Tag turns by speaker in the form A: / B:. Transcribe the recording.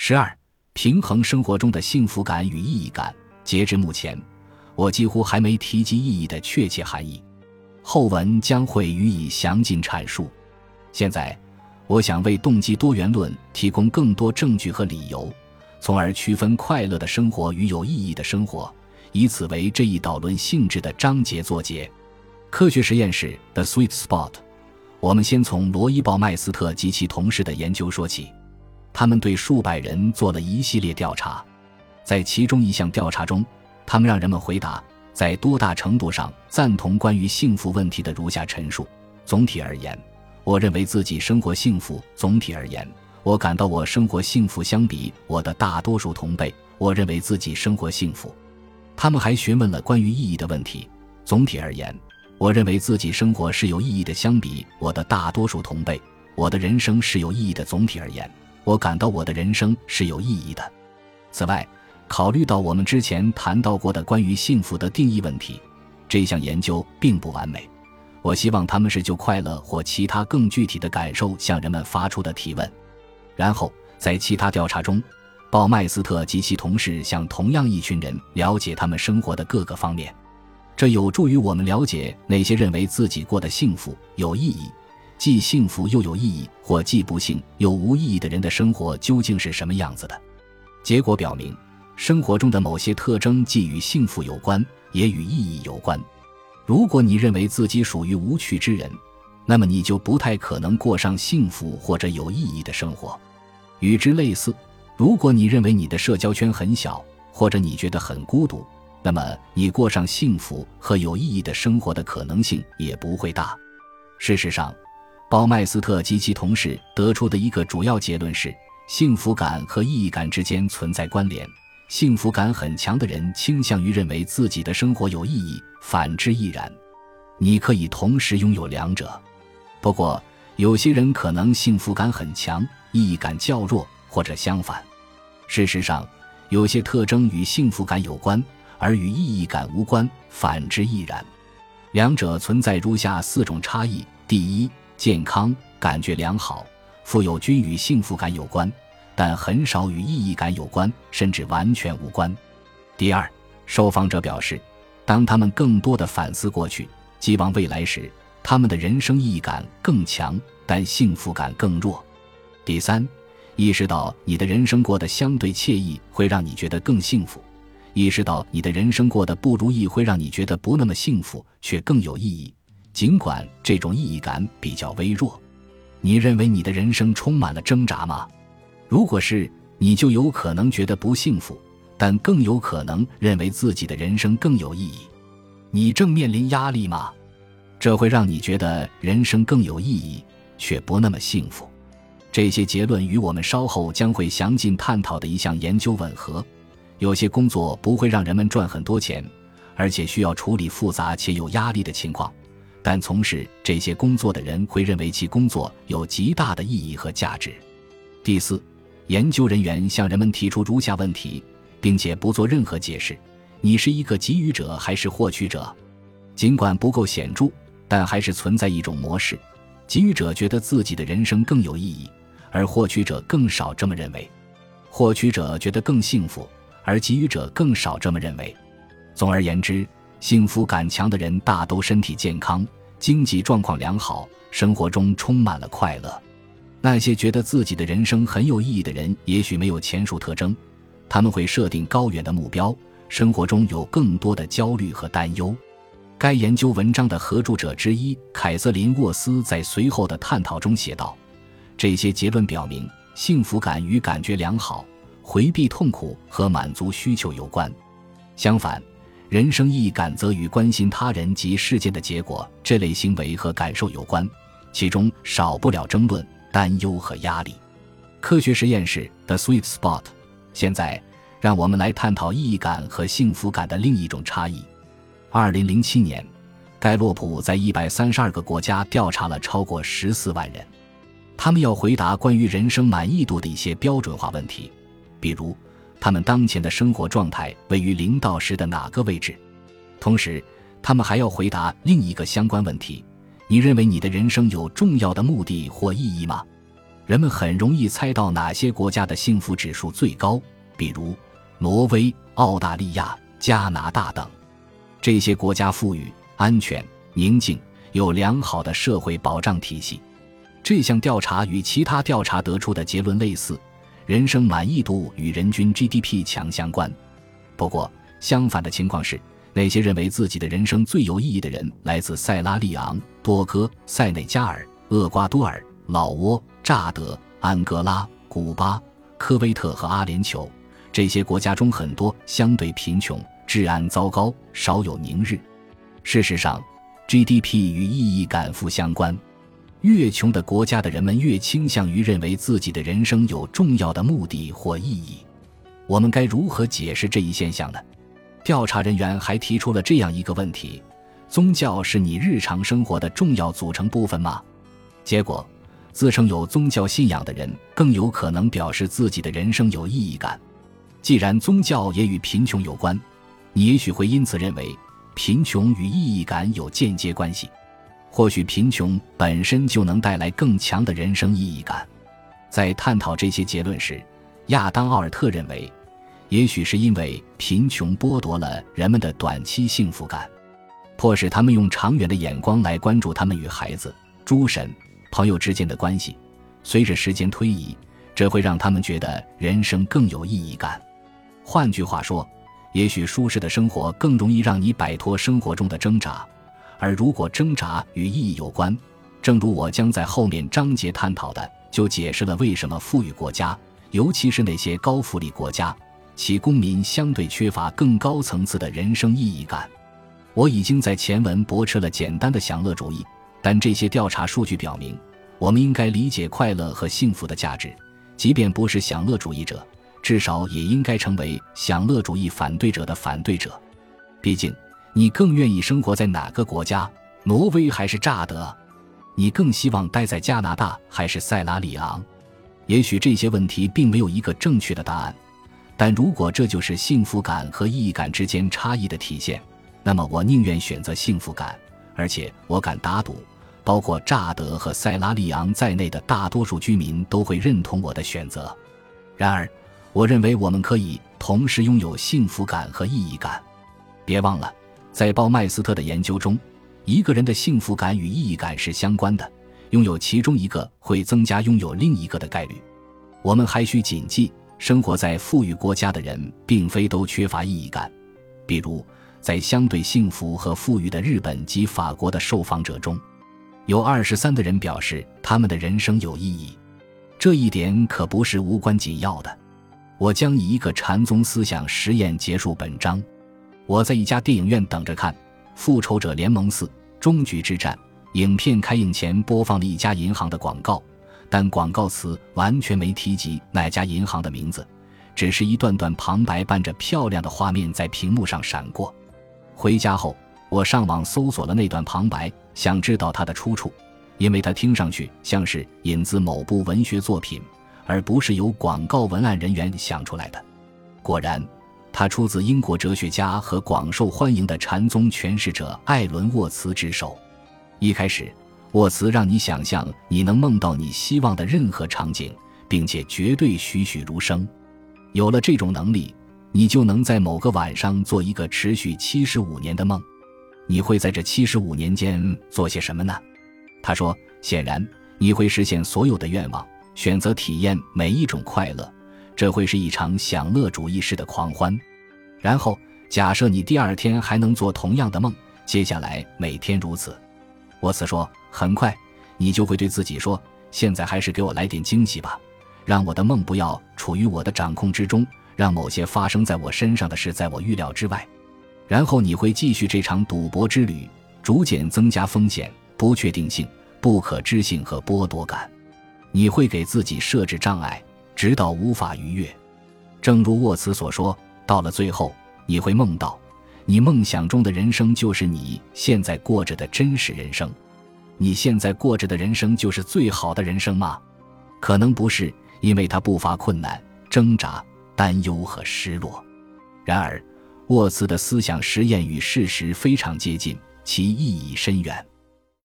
A: 12. 平衡生活中的幸福感与意义感。截至目前，我几乎还没提及意义的确切含义，后文将会予以详尽阐述。现在，我想为动机多元论提供更多证据和理由，从而区分快乐的生活与有意义的生活，以此为这一导论性质的章节作结。科学实验室 The Sweet Spot。我们先从罗伊·鲍麦斯特及其同事的研究说起。他们对数百人做了一系列调查，在其中一项调查中，他们让人们回答在多大程度上赞同关于幸福问题的如下陈述：总体而言，我认为自己生活幸福；总体而言，我感到我生活幸福相比我的大多数同辈，我认为自己生活幸福。他们还询问了关于意义的问题：总体而言，我认为自己生活是有意义的，相比我的大多数同辈，我的人生是有意义的。总体而言，我感到我的人生是有意义的。此外，考虑到我们之前谈到过的关于幸福的定义问题，这项研究并不完美。我希望他们是就快乐或其他更具体的感受向人们发出的提问。然后，在其他调查中，鲍麦斯特及其同事向同样一群人了解他们生活的各个方面。这有助于我们了解那些认为自己过得幸福、有意义，既幸福又有意义，或既不幸又无意义的人的生活究竟是什么样子的。结果表明，生活中的某些特征既与幸福有关，也与意义有关。如果你认为自己属于无趣之人，那么你就不太可能过上幸福或者有意义的生活。与之类似，如果你认为你的社交圈很小，或者你觉得很孤独，那么你过上幸福和有意义的生活的可能性也不会大。事实上，鲍麦斯特及其同事得出的一个主要结论是，幸福感和意义感之间存在关联。幸福感很强的人倾向于认为自己的生活有意义，反之亦然。你可以同时拥有两者。不过，有些人可能幸福感很强，意义感较弱，或者相反。事实上，有些特征与幸福感有关，而与意义感无关，反之亦然。两者存在如下4种差异：第一，健康、感觉良好、富有均与幸福感有关，但很少与意义感有关，甚至完全无关。第二，受访者表示，当他们更多地反思过去、寄望未来时，他们的人生意义感更强，但幸福感更弱。第三，意识到你的人生过得相对惬意会让你觉得更幸福，意识到你的人生过得不如意会让你觉得不那么幸福，却更有意义，尽管这种意义感比较微弱。你认为你的人生充满了挣扎吗？如果是，你就有可能觉得不幸福，但更有可能认为自己的人生更有意义。你正面临压力吗？这会让你觉得人生更有意义，却不那么幸福。这些结论与我们稍后将会详尽探讨的一项研究吻合。有些工作不会让人们赚很多钱，而且需要处理复杂且有压力的情况，但从事这些工作的人会认为其工作有极大的意义和价值。第四，研究人员向人们提出如下问题，并且不做任何解释：你是一个给予者还是获取者？尽管不够显著，但还是存在一种模式：给予者觉得自己的人生更有意义，而获取者更少这么认为。获取者觉得更幸福，而给予者更少这么认为。总而言之，幸福感强的人大都身体健康，经济状况良好，生活中充满了快乐。那些觉得自己的人生很有意义的人也许没有前述特征，他们会设定高远的目标，生活中有更多的焦虑和担忧。该研究文章的合著者之一凯瑟琳·沃斯在随后的探讨中写道，这些结论表明，幸福感与感觉良好、回避痛苦和满足需求有关。相反，人生意义感则与关心他人及事件的结果这类行为和感受有关，其中少不了争论、担忧和压力。科学实验室 The Sweet Spot。 现在让我们来探讨意义感和幸福感的另一种差异。2007年，盖洛普在132个国家调查了超过14万人，他们要回答关于人生满意度的一些标准化问题，比如他们当前的生活状态位于0到10的哪个位置。同时，他们还要回答另一个相关问题：你认为你的人生有重要的目的或意义吗？ 人们很容易猜到哪些国家的幸福指数最高，比如挪威、澳大利亚、加拿大等。这些国家富裕、安全、宁静，有良好的社会保障体系。这项调查与其他调查得出的结论类似，人生满意度与人均 GDP 强相关。不过，相反的情况是，那些认为自己的人生最有意义的人来自塞拉利昂、多哥、塞内加尔、厄瓜多尔、老挝、乍得、安哥拉、古巴、科威特和阿联酋。这些国家中很多相对贫穷，治安糟糕，少有宁日。事实上， GDP 与意义感负相关。越穷的国家的人们越倾向于认为自己的人生有重要的目的或意义。我们该如何解释这一现象呢？调查人员还提出了这样一个问题：宗教是你日常生活的重要组成部分吗？结果，自称有宗教信仰的人更有可能表示自己的人生有意义感。既然宗教也与贫穷有关，你也许会因此认为贫穷与意义感有间接关系。或许贫穷本身就能带来更强的人生意义感。在探讨这些结论时，亚当·奥尔特认为，也许是因为贫穷剥夺了人们的短期幸福感，迫使他们用长远的眼光来关注他们与孩子、诸神、朋友之间的关系。随着时间推移，这会让他们觉得人生更有意义感。换句话说，也许舒适的生活更容易让你摆脱生活中的挣扎，而如果挣扎与意义有关，正如我将在后面章节探讨的，就解释了为什么富裕国家，尤其是那些高福利国家，其公民相对缺乏更高层次的人生意义感。我已经在前文驳斥了简单的享乐主义，但这些调查数据表明，我们应该理解快乐和幸福的价值，即便不是享乐主义者，至少也应该成为享乐主义反对者的反对者。毕竟，你更愿意生活在哪个国家？挪威还是乍得？你更希望待在加拿大还是塞拉利昂？也许这些问题并没有一个正确的答案，但如果这就是幸福感和意义感之间差异的体现，那么我宁愿选择幸福感，而且我敢打赌，包括乍得和塞拉利昂在内的大多数居民都会认同我的选择。然而，我认为我们可以同时拥有幸福感和意义感。别忘了，在鲍麦斯特的研究中，一个人的幸福感与意义感是相关的，拥有其中一个会增加拥有另一个的概率。我们还需谨记，生活在富裕国家的人并非都缺乏意义感。比如，在相对幸福和富裕的日本及法国的受访者中，有23%的人表示他们的人生有意义。这一点可不是无关紧要的。我将以一个禅宗思想实验结束本章。我在一家电影院等着看《复仇者联盟4：终局之战》。影片开映前播放了一家银行的广告，但广告词完全没提及那家银行的名字，只是一段段旁白伴着漂亮的画面在屏幕上闪过。回家后，我上网搜索了那段旁白，想知道它的出处，因为它听上去像是引自某部文学作品，而不是由广告文案人员想出来的。果然，它出自英国哲学家和广受欢迎的禅宗诠释者艾伦·沃茨之手。一开始，沃茨让你想象你能梦到你希望的任何场景，并且绝对栩栩如生。有了这种能力，你就能在某个晚上做一个持续75年的梦。你会在这75年间做些什么呢？他说，显然你会实现所有的愿望，选择体验每一种快乐，这会是一场享乐主义式的狂欢。然后假设你第二天还能做同样的梦，接下来每天如此。沃茨说，很快你就会对自己说，现在还是给我来点惊喜吧，让我的梦不要处于我的掌控之中，让某些发生在我身上的事在我预料之外。然后你会继续这场赌博之旅，逐渐增加风险、不确定性、不可知性和剥夺感。你会给自己设置障碍，直到无法逾越。正如沃茨所说，到了最后，你会梦到你梦想中的人生就是你现在过着的真实人生。你现在过着的人生就是最好的人生吗？可能不是，因为它不乏困难、挣扎、担忧和失落。然而，沃茨的思想实验与事实非常接近，其意义深远。